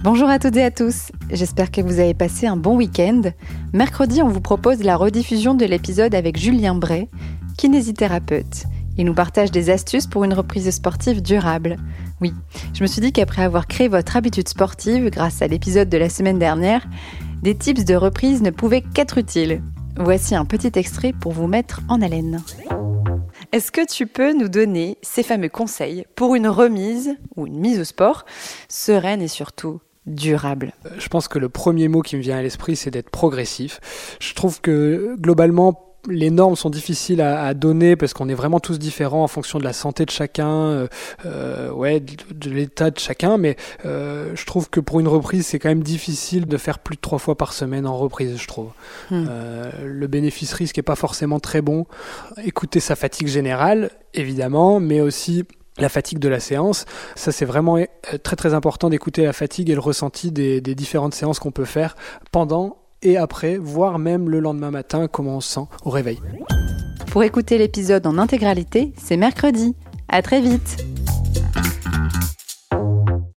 Bonjour à toutes et à tous, j'espère que vous avez passé un bon week-end. Mercredi, on vous propose la rediffusion de l'épisode avec Julien Bray, kinésithérapeute. Il nous partage des astuces pour une reprise sportive durable. Oui, je me suis dit qu'après avoir créé votre habitude sportive grâce à l'épisode de la semaine dernière, des tips de reprise ne pouvaient qu'être utiles. Voici un petit extrait pour vous mettre en haleine. Est-ce que tu peux nous donner ces fameux conseils pour une remise ou une mise au sport sereine et surtout durable? Je pense que le premier mot qui me vient à l'esprit, c'est d'être progressif. Je trouve que globalement, les normes sont difficiles à donner parce qu'on est vraiment tous différents en fonction de la santé de chacun, de l'état de chacun, mais je trouve que pour une reprise, c'est quand même difficile de faire plus de 3 fois par semaine en reprise, je trouve. Le bénéfice-risque n'est pas forcément très bon. Écouter sa fatigue générale, évidemment, mais aussi la fatigue de la séance. Ça, c'est vraiment très très important d'écouter la fatigue et le ressenti des différentes séances qu'on peut faire pendant et après, voire même le lendemain matin, comment on se sent au réveil. Pour écouter l'épisode en intégralité, c'est mercredi. À très vite!